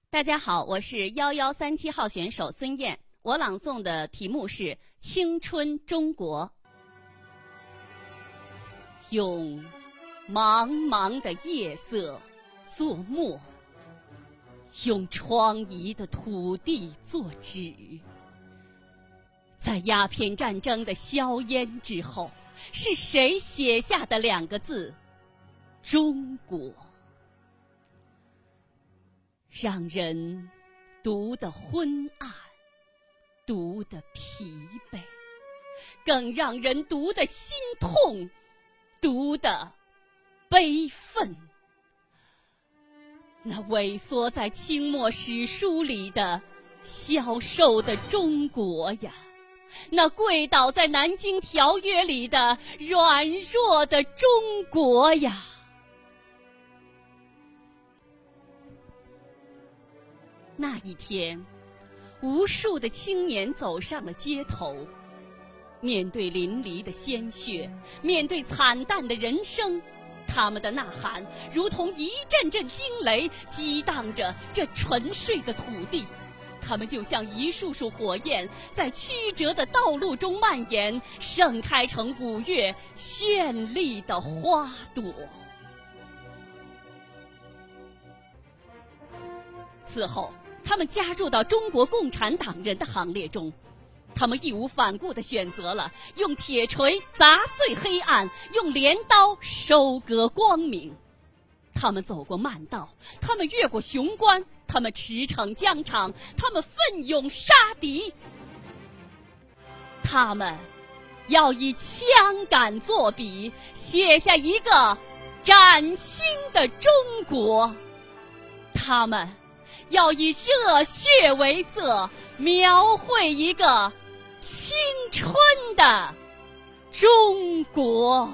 大家好，我是1137号选手孙燕，我朗诵的题目是《青春中国》。用茫茫的夜色作墨，用疮痍的土地作纸。在鸦片战争的硝烟之后，是谁写下的2个字“中国”？让人读得昏暗，读得疲惫，更让人读得心痛，读得悲愤。那萎缩在清末史书里的消瘦的中国呀，那跪倒在南京条约里的软弱的中国呀。那一天，无数的青年走上了街头，面对淋漓的鲜血，面对惨淡的人生，他们的呐喊如同一阵阵惊雷，激荡着这沉睡的土地。他们就像一束束火焰，在曲折的道路中蔓延，盛开成5月绚丽的花朵。此后，他们加入到中国共产党人的行列中，他们义无反顾地选择了用铁锤砸碎黑暗，用镰刀收割光明。他们走过慢道，他们越过雄关，他们驰骋疆场，他们奋勇杀敌。他们要以枪杆作笔，写下一个崭新的中国。他们要以热血为色，描绘一个青春的中国。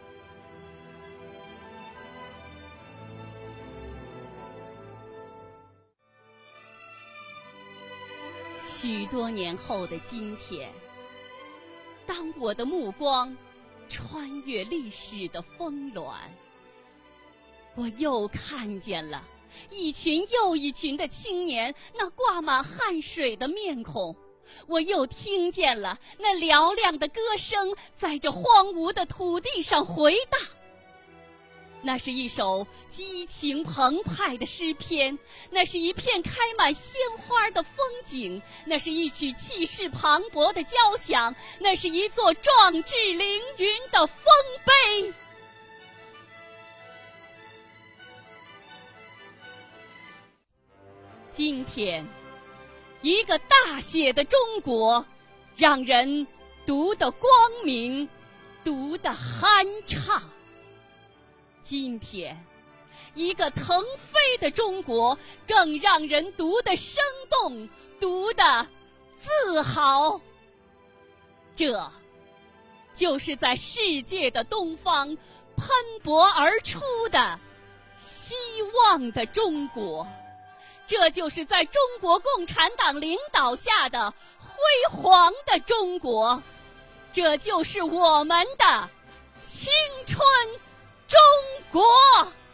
许多年后的今天，当我的目光穿越历史的峰峦，我又看见了一群又一群的青年，那挂满汗水的面孔。我又听见了那嘹亮的歌声在这荒芜的土地上回荡。那是一首激情澎湃的诗篇，那是一片开满鲜花的风景，那是一曲气势磅礴的交响，那是一座壮志凌云的丰碑。今天，一个大写的中国，让人读得光明，读得酣畅。今天，一个腾飞的中国，更让人读得生动，读得自豪。这，就是在世界的东方喷薄而出的希望的中国。这就是在中国共产党领导下的辉煌的中国，这就是我们的青春中国。